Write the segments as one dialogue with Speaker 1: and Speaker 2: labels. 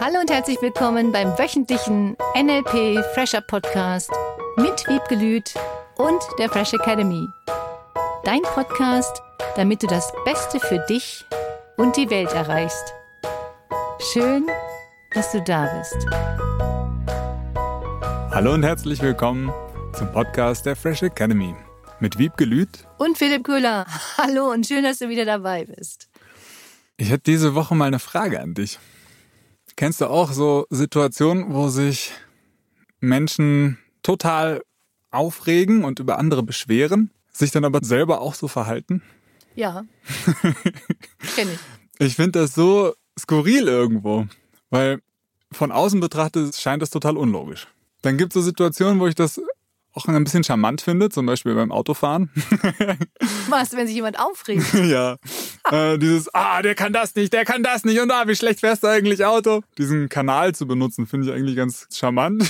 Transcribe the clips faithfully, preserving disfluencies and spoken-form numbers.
Speaker 1: Hallo und herzlich willkommen beim wöchentlichen N L P Fresher Podcast mit Wiebke Lüth und der Fresh Academy. Dein Podcast, damit du das Beste für dich und die Welt erreichst. Schön, dass du da bist.
Speaker 2: Hallo und herzlich willkommen zum Podcast der Fresh Academy mit Wiebke Lüth
Speaker 1: und Philipp Köhler. Hallo und schön, dass du wieder dabei bist.
Speaker 2: Ich hätte diese Woche mal eine Frage an dich. Kennst du auch so Situationen, wo sich Menschen total aufregen und über andere beschweren, sich dann aber selber auch so verhalten?
Speaker 1: Ja, kenn ich.
Speaker 2: Ich finde das so skurril irgendwo, weil von außen betrachtet scheint das total unlogisch. Dann gibt es so Situationen, wo ich das auch ein bisschen charmant finde, zum Beispiel beim Autofahren.
Speaker 1: Was, wenn sich jemand aufregt?
Speaker 2: Ja, äh, dieses, ah, der kann das nicht, der kann das nicht und ah, wie schlecht fährst du eigentlich Auto? Diesen Kanal zu benutzen, finde ich eigentlich ganz charmant.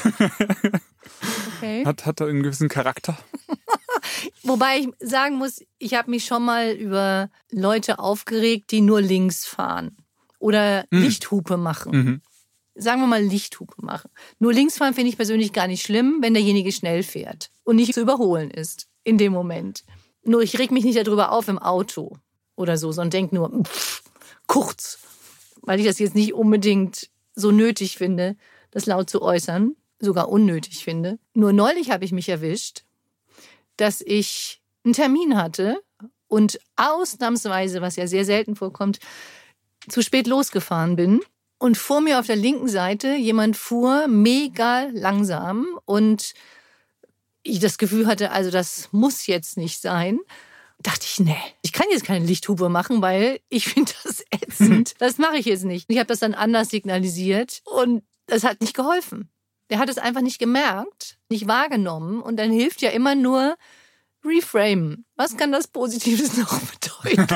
Speaker 1: Okay.
Speaker 2: Hat, hat einen gewissen Charakter.
Speaker 1: Wobei ich sagen muss, ich habe mich schon mal über Leute aufgeregt, die nur links fahren oder
Speaker 2: mhm.
Speaker 1: Lichthupe machen.
Speaker 2: Mhm.
Speaker 1: Sagen wir mal Lichthupe machen. Nur links fahren finde ich persönlich gar nicht schlimm, wenn derjenige schnell fährt und nicht zu überholen ist in dem Moment. Nur ich reg mich nicht darüber auf im Auto oder so, sondern denke nur, pff, kurz, weil ich das jetzt nicht unbedingt so nötig finde, das laut zu äußern, sogar unnötig finde. Nur neulich habe ich mich erwischt, dass ich einen Termin hatte und ausnahmsweise, was ja sehr selten vorkommt, zu spät losgefahren bin. Und vor mir auf der linken Seite jemand fuhr mega langsam und ich das Gefühl hatte, also das muss jetzt nicht sein. Dachte ich, nee, ich kann jetzt keine Lichthupe machen, weil ich finde das ätzend. Das mache ich jetzt nicht. Ich habe das dann anders signalisiert und das hat nicht geholfen. Der hat es einfach nicht gemerkt, nicht wahrgenommen und dann hilft ja immer nur reframen. Was kann das Positives noch bedeuten?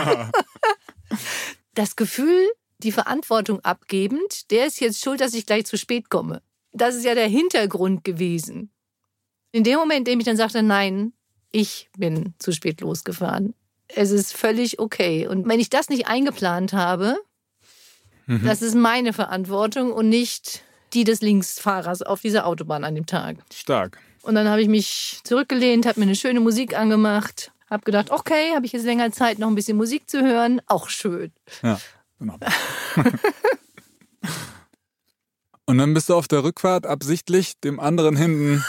Speaker 1: Das Gefühl, die Verantwortung abgebend, der ist jetzt schuld, dass ich gleich zu spät komme. Das ist ja der Hintergrund gewesen. In dem Moment, in dem ich dann sagte, nein, ich bin zu spät losgefahren. Es ist völlig okay. Und wenn ich das nicht eingeplant habe, mhm. das ist meine Verantwortung und nicht die des Linksfahrers auf dieser Autobahn an dem Tag.
Speaker 2: Stark.
Speaker 1: Und dann habe ich mich zurückgelehnt, habe mir eine schöne Musik angemacht, habe gedacht, okay, habe ich jetzt länger Zeit, noch ein bisschen Musik zu hören. Auch schön.
Speaker 2: Ja. Genau. Und dann bist du auf der Rückfahrt absichtlich dem anderen hinten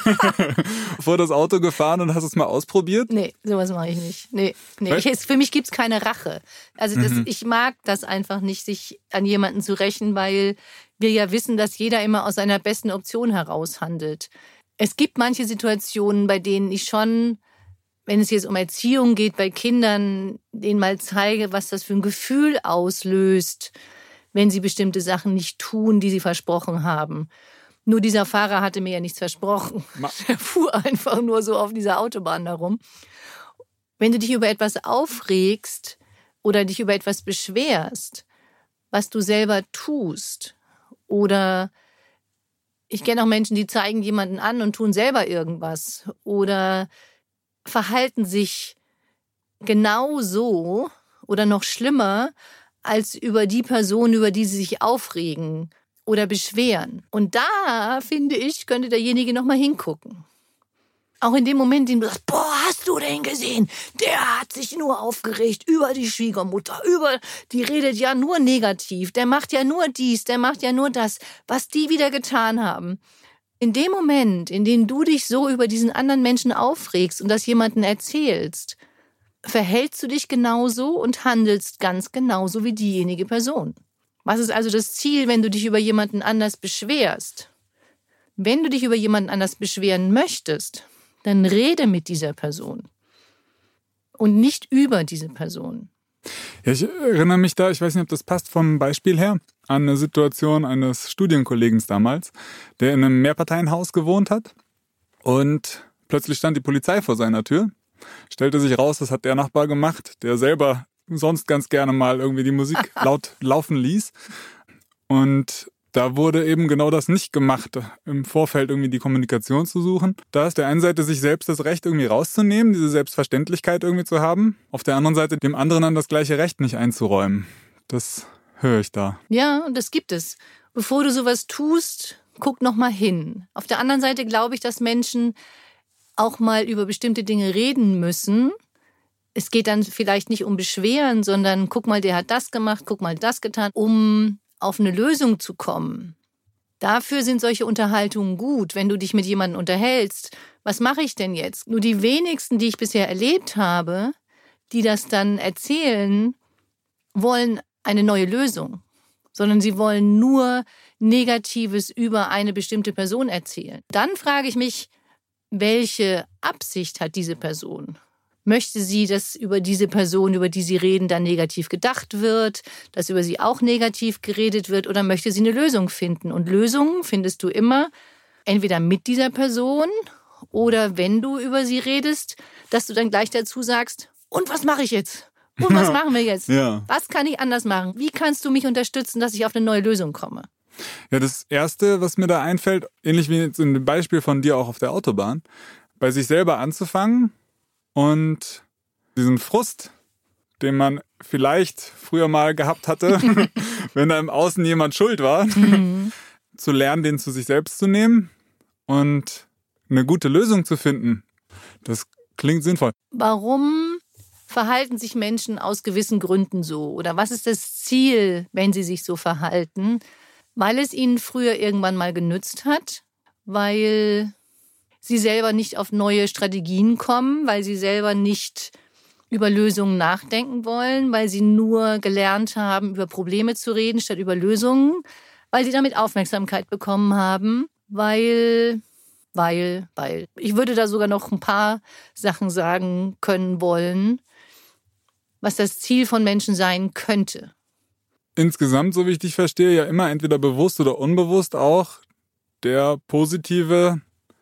Speaker 2: vor das Auto gefahren und hast es mal ausprobiert?
Speaker 1: Nee, sowas mache ich nicht. Nee, nee. Ich, für mich gibt es keine Rache. Also das, mhm. ich mag das einfach nicht, sich an jemanden zu rächen, weil wir ja wissen, dass jeder immer aus seiner besten Option heraus handelt. Es gibt manche Situationen, bei denen ich schon, wenn es jetzt um Erziehung geht bei Kindern, denen mal zeige, was das für ein Gefühl auslöst, wenn sie bestimmte Sachen nicht tun, die sie versprochen haben. Nur dieser Fahrer hatte mir ja nichts versprochen. Er fuhr einfach nur so auf dieser Autobahn herum. Wenn du dich über etwas aufregst oder dich über etwas beschwerst, was du selber tust, oder ich kenne auch Menschen, die zeigen jemanden an und tun selber irgendwas oder verhalten sich genau so oder noch schlimmer als über die Person, über die sie sich aufregen oder beschweren. Und da, finde ich, könnte derjenige noch mal hingucken. Auch in dem Moment, in dem du sagst, boah, hast du den gesehen? Der hat sich nur aufgeregt über die Schwiegermutter, über, die redet ja nur negativ, der macht ja nur dies, der macht ja nur das, was die wieder getan haben. In dem Moment, in dem du dich so über diesen anderen Menschen aufregst und das jemandem erzählst, verhältst du dich genauso und handelst ganz genauso wie diejenige Person. Was ist also das Ziel, wenn du dich über jemanden anders beschwerst? Wenn du dich über jemanden anders beschweren möchtest, dann rede mit dieser Person und nicht über diese Person.
Speaker 2: Ja, ich erinnere mich da, ich weiß nicht, ob das passt vom Beispiel her, an eine Situation eines Studienkollegen damals, der in einem Mehrparteienhaus gewohnt hat und plötzlich stand die Polizei vor seiner Tür. Stellte sich raus, das hat der Nachbar gemacht, der selber sonst ganz gerne mal irgendwie die Musik laut laufen ließ. Und da wurde eben genau das nicht gemacht, im Vorfeld irgendwie die Kommunikation zu suchen. Da ist der einen Seite sich selbst das Recht irgendwie rauszunehmen, diese Selbstverständlichkeit irgendwie zu haben. Auf der anderen Seite dem anderen dann das gleiche Recht nicht einzuräumen. Das höre ich da.
Speaker 1: Ja, und das gibt es. bevor du sowas tust, guck noch mal hin. Auf der anderen Seite glaube ich, dass Menschen auch mal über bestimmte Dinge reden müssen. Es geht dann vielleicht nicht um Beschweren, sondern guck mal, der hat das gemacht, guck mal, das getan, um auf eine Lösung zu kommen. Dafür sind solche Unterhaltungen gut, wenn du dich mit jemandem unterhältst. Was mache ich denn jetzt? Nur die wenigsten, die ich bisher erlebt habe, die das dann erzählen, wollen eine neue Lösung, sondern sie wollen nur Negatives über eine bestimmte Person erzählen. Dann frage ich mich, welche Absicht hat diese Person? Möchte sie, dass über diese Person, über die sie reden, dann negativ gedacht wird, dass über sie auch negativ geredet wird, oder möchte sie eine Lösung finden? Und Lösungen findest du immer entweder mit dieser Person oder wenn du über sie redest, dass du dann gleich dazu sagst, und was mache ich jetzt? Und was machen wir jetzt?
Speaker 2: Ja.
Speaker 1: Was kann ich anders machen? Wie kannst du mich unterstützen, dass ich auf eine neue Lösung komme?
Speaker 2: Ja, das Erste, was mir da einfällt, ähnlich wie jetzt in dem Beispiel von dir auch auf der Autobahn, bei sich selber anzufangen und diesen Frust, den man vielleicht früher mal gehabt hatte, wenn da im Außen jemand schuld war, mhm. zu lernen, den zu sich selbst zu nehmen und eine gute Lösung zu finden. Das klingt sinnvoll.
Speaker 1: Warum verhalten sich Menschen aus gewissen Gründen so? Oder was ist das Ziel, wenn sie sich so verhalten? Weil es ihnen früher irgendwann mal genützt hat, weil sie selber nicht auf neue Strategien kommen, weil sie selber nicht über Lösungen nachdenken wollen, weil sie nur gelernt haben, über Probleme zu reden statt über Lösungen, weil sie damit Aufmerksamkeit bekommen haben, weil, weil, weil. Ich würde da sogar noch ein paar Sachen sagen können wollen, was das Ziel von Menschen sein könnte.
Speaker 2: Insgesamt, so wie ich dich verstehe, ja immer entweder bewusst oder unbewusst auch der positive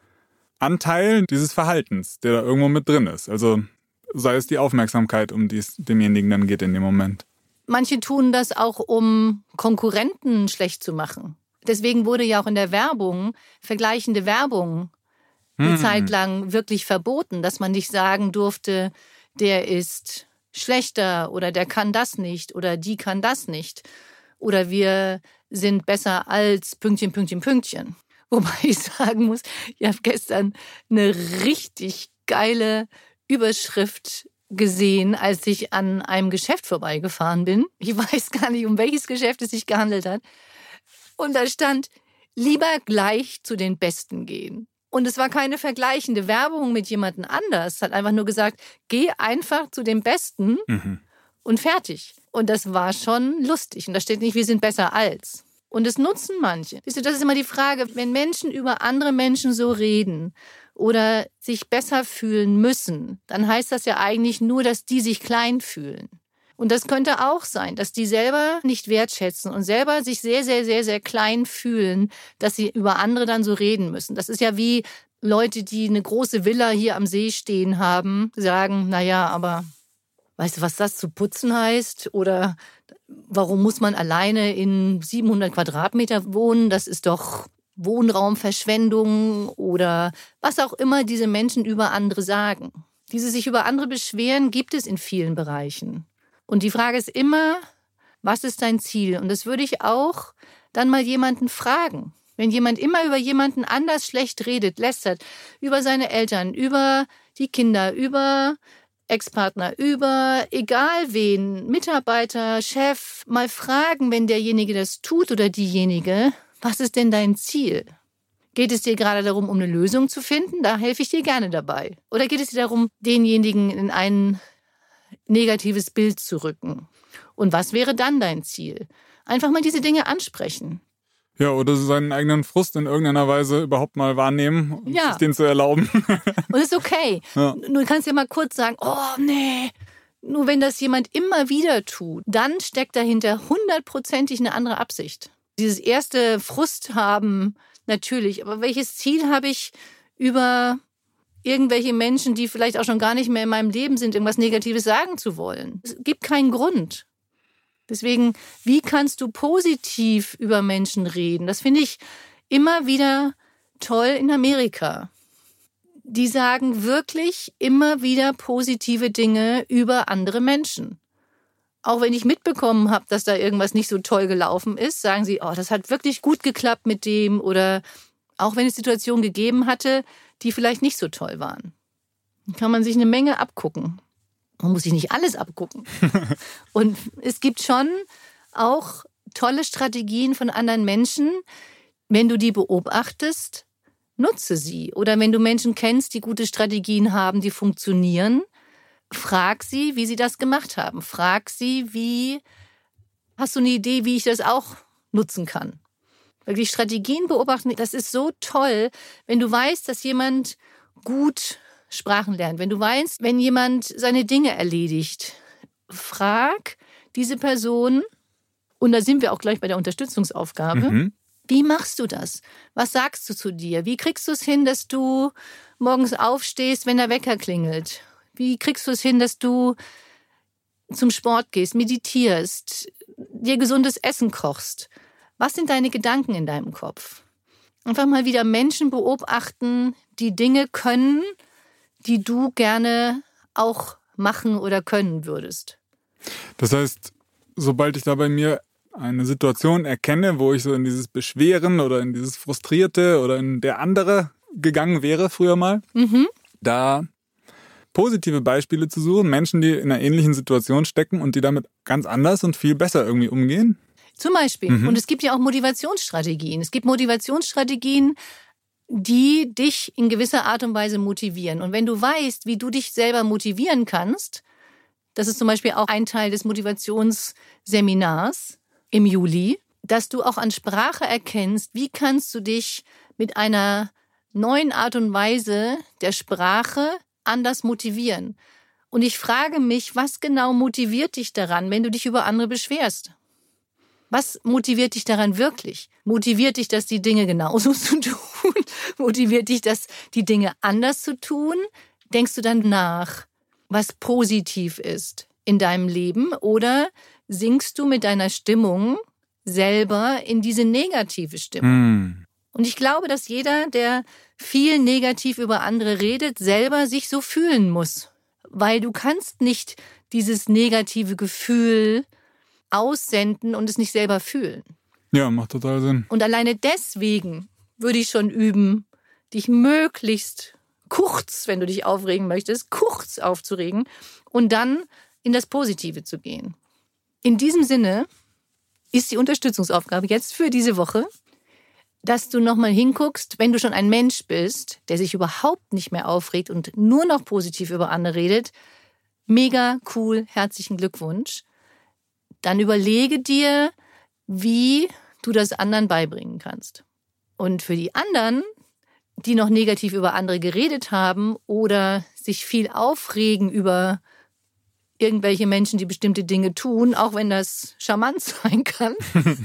Speaker 2: Anteil dieses Verhaltens, der da irgendwo mit drin ist. Also sei es die Aufmerksamkeit, um die es demjenigen dann geht in dem Moment.
Speaker 1: Manche tun das auch, um Konkurrenten schlecht zu machen. Deswegen wurde ja auch in der Werbung vergleichende Werbung eine hm. Zeit lang wirklich verboten, dass man nicht sagen durfte, der ist schlechter oder der kann das nicht oder die kann das nicht oder wir sind besser als Pünktchen, Pünktchen, Pünktchen. Wobei ich sagen muss, ich habe gestern eine richtig geile Überschrift gesehen, als ich an einem Geschäft vorbeigefahren bin. Ich weiß gar nicht, um welches Geschäft es sich gehandelt hat. Und da stand, lieber gleich zu den Besten gehen. Und es war keine vergleichende Werbung mit jemandem anders. Es hat einfach nur gesagt, geh einfach zu dem Besten mhm. und fertig. Und das war schon lustig. Und da steht nicht, wir sind besser als. Und das nutzen manche. Siehst du, das ist immer die Frage, wenn Menschen über andere Menschen so reden oder sich besser fühlen müssen, dann heißt das ja eigentlich nur, dass die sich klein fühlen. Und das könnte auch sein, dass die selber nicht wertschätzen und selber sich sehr, sehr, sehr, sehr klein fühlen, dass sie über andere dann so reden müssen. Das ist ja wie Leute, die eine große Villa hier am See stehen haben, sagen, naja, aber weißt du, was das zu putzen heißt? Oder warum muss man alleine in siebenhundert Quadratmeter wohnen? Das ist doch Wohnraumverschwendung oder was auch immer diese Menschen über andere sagen. Diese sich über andere beschweren, gibt es in vielen Bereichen. Und die Frage ist immer, was ist dein Ziel? Und das würde ich auch dann mal jemanden fragen. Wenn jemand immer über jemanden anders schlecht redet, lästert, über seine Eltern, über die Kinder, über Ex-Partner, über egal wen, Mitarbeiter, Chef, mal fragen, wenn derjenige das tut oder diejenige, was ist denn dein Ziel? Geht es dir gerade darum, um eine Lösung zu finden? Da helfe ich dir gerne dabei. Oder geht es dir darum, denjenigen in ein negatives Bild zu rücken? Und was wäre dann dein Ziel? Einfach mal diese Dinge ansprechen.
Speaker 2: Ja, oder seinen eigenen Frust in irgendeiner Weise überhaupt mal wahrnehmen, um
Speaker 1: ja.
Speaker 2: sich den zu erlauben.
Speaker 1: Und das ist okay. Ja. Du kannst ja mal kurz sagen, oh nee, nur wenn das jemand immer wieder tut, dann steckt dahinter hundertprozentig eine andere Absicht. Dieses erste Frust haben, natürlich, aber welches Ziel habe ich über irgendwelche Menschen, die vielleicht auch schon gar nicht mehr in meinem Leben sind, irgendwas Negatives sagen zu wollen? Es gibt keinen Grund. Deswegen, wie kannst du positiv über Menschen reden? Das finde ich immer wieder toll in Amerika. Die sagen wirklich immer wieder positive Dinge über andere Menschen. Auch wenn ich mitbekommen habe, dass da irgendwas nicht so toll gelaufen ist, sagen sie, oh, das hat wirklich gut geklappt mit dem. Oder auch wenn es Situationen gegeben hatte, die vielleicht nicht so toll waren. Dann kann man sich eine Menge abgucken. Man muss sich nicht alles abgucken. Und es gibt schon auch tolle Strategien von anderen Menschen. Wenn du die beobachtest, nutze sie. Oder wenn du Menschen kennst, die gute Strategien haben, die funktionieren, frag sie, wie sie das gemacht haben. Frag sie, wie, hast du eine Idee, wie ich das auch nutzen kann? Wirklich Strategien beobachten, das ist so toll, wenn du weißt, dass jemand gut Sprachen lernt. Wenn du weißt, wenn jemand seine Dinge erledigt, frag diese Person, und da sind wir auch gleich bei der Unterstützungsaufgabe, mhm. Wie machst du das? Was sagst du zu dir? Wie kriegst du es hin, dass du morgens aufstehst, wenn der Wecker klingelt? Wie kriegst du es hin, dass du zum Sport gehst, meditierst, dir gesundes Essen kochst? Was sind deine Gedanken in deinem Kopf? Einfach mal wieder Menschen beobachten, die Dinge können, die du gerne auch machen oder können würdest.
Speaker 2: Das heißt, sobald ich da bei mir eine Situation erkenne, wo ich so in dieses Beschweren oder in dieses Frustrierte oder in der andere gegangen wäre früher mal, mhm. da positive Beispiele zu suchen, Menschen, die in einer ähnlichen Situation stecken und die damit ganz anders und viel besser irgendwie umgehen.
Speaker 1: Zum Beispiel. Mhm. Und es gibt ja auch Motivationsstrategien. Es gibt Motivationsstrategien, die dich in gewisser Art und Weise motivieren. Und wenn du weißt, wie du dich selber motivieren kannst, das ist zum Beispiel auch ein Teil des Motivationsseminars im Juli, dass du auch an Sprache erkennst, wie kannst du dich mit einer neuen Art und Weise der Sprache anders motivieren. Und ich frage mich, was genau motiviert dich daran, wenn du dich über andere beschwerst? Was motiviert dich daran wirklich? Motiviert dich das, die Dinge genauso zu tun? Motiviert dich das, die Dinge anders zu tun? Denkst du dann nach, was positiv ist in deinem Leben? Oder sinkst du mit deiner Stimmung selber in diese negative Stimmung? Mm. Und ich glaube, dass jeder, der viel negativ über andere redet, selber sich so fühlen muss. Weil du kannst nicht dieses negative Gefühl aussenden und es nicht selber fühlen.
Speaker 2: Ja, macht total Sinn.
Speaker 1: Und alleine deswegen würde ich schon üben, dich möglichst kurz, wenn du dich aufregen möchtest, kurz aufzuregen und dann in das Positive zu gehen. In diesem Sinne ist die Unterstützungsaufgabe jetzt für diese Woche, dass du nochmal hinguckst, wenn du schon ein Mensch bist, der sich überhaupt nicht mehr aufregt und nur noch positiv über andere redet. Mega cool, herzlichen Glückwunsch. Dann überlege dir, wie du das anderen beibringen kannst. Und für die anderen, die noch negativ über andere geredet haben oder sich viel aufregen über irgendwelche Menschen, die bestimmte Dinge tun, auch wenn das charmant sein kann,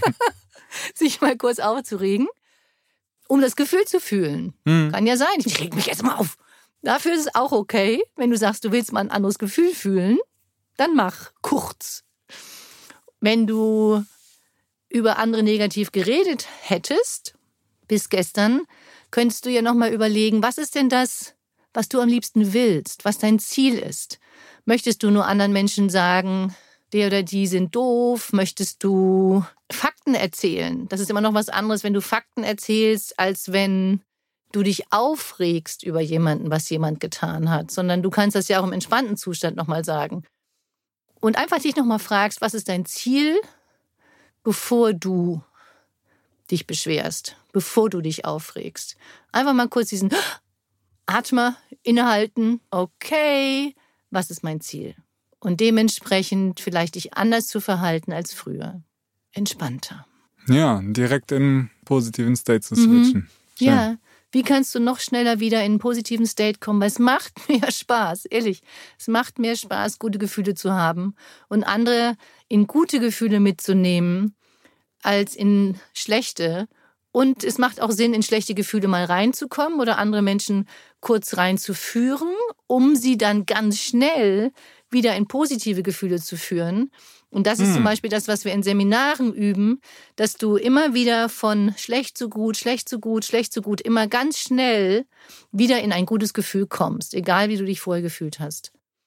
Speaker 1: sich mal kurz aufzuregen, um das Gefühl zu fühlen. Mhm. Kann ja sein, ich reg mich jetzt mal auf. Dafür ist es auch okay, wenn du sagst, du willst mal ein anderes Gefühl fühlen, dann mach kurz. Wenn du über andere negativ geredet hättest, bis gestern, könntest du ja nochmal überlegen, was ist denn das, was du am liebsten willst, was dein Ziel ist. Möchtest du nur anderen Menschen sagen, der oder die sind doof? Möchtest du Fakten erzählen? Das ist immer noch was anderes, wenn du Fakten erzählst, als wenn du dich aufregst über jemanden, was jemand getan hat. Sondern du kannst das ja auch im entspannten Zustand nochmal sagen. Und einfach dich nochmal fragst, was ist dein Ziel, bevor du dich beschwerst, bevor du dich aufregst. Einfach mal kurz diesen Atmer innehalten. Okay, was ist mein Ziel? Und dementsprechend vielleicht dich anders zu verhalten als früher. Entspannter.
Speaker 2: Ja, direkt in einen positiven State zu switchen. Mhm.
Speaker 1: Ja, wie kannst du noch schneller wieder in einen positiven State kommen? Weil es macht mir Spaß, ehrlich. Es macht mir Spaß, gute Gefühle zu haben und andere in gute Gefühle mitzunehmen, als in schlechte. Und es macht auch Sinn, in schlechte Gefühle mal reinzukommen oder andere Menschen kurz reinzuführen, um sie dann ganz schnell wieder in positive Gefühle zu führen. Und das ist hm. zum Beispiel das, was wir in Seminaren üben, dass du immer wieder von schlecht zu gut, schlecht zu gut, schlecht zu gut, immer ganz schnell wieder in ein gutes Gefühl kommst, egal wie du dich vorher gefühlt hast.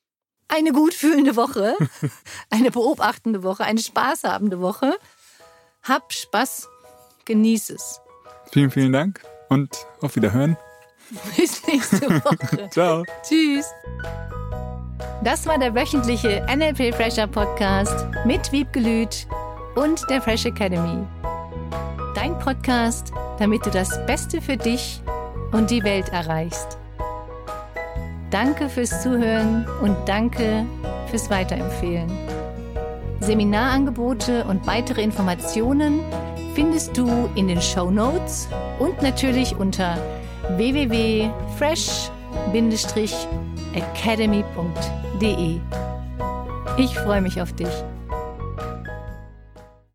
Speaker 1: eine gut fühlende Woche, eine beobachtende Woche, eine spaßhabende Woche. Hab Spaß, genieß es.
Speaker 2: Vielen, vielen Dank und auf Wiederhören.
Speaker 1: Bis nächste Woche.
Speaker 2: Ciao.
Speaker 1: Tschüss. Das war der wöchentliche N L P Fresher Podcast mit Wiebke Lüth und der Fresh Academy. Dein Podcast, damit du das Beste für dich und die Welt erreichst. Danke fürs Zuhören und danke fürs Weiterempfehlen. Seminarangebote und weitere Informationen findest du in den Shownotes und natürlich unter w w w punkt fresh academy punkt d e. Ich freue mich auf dich.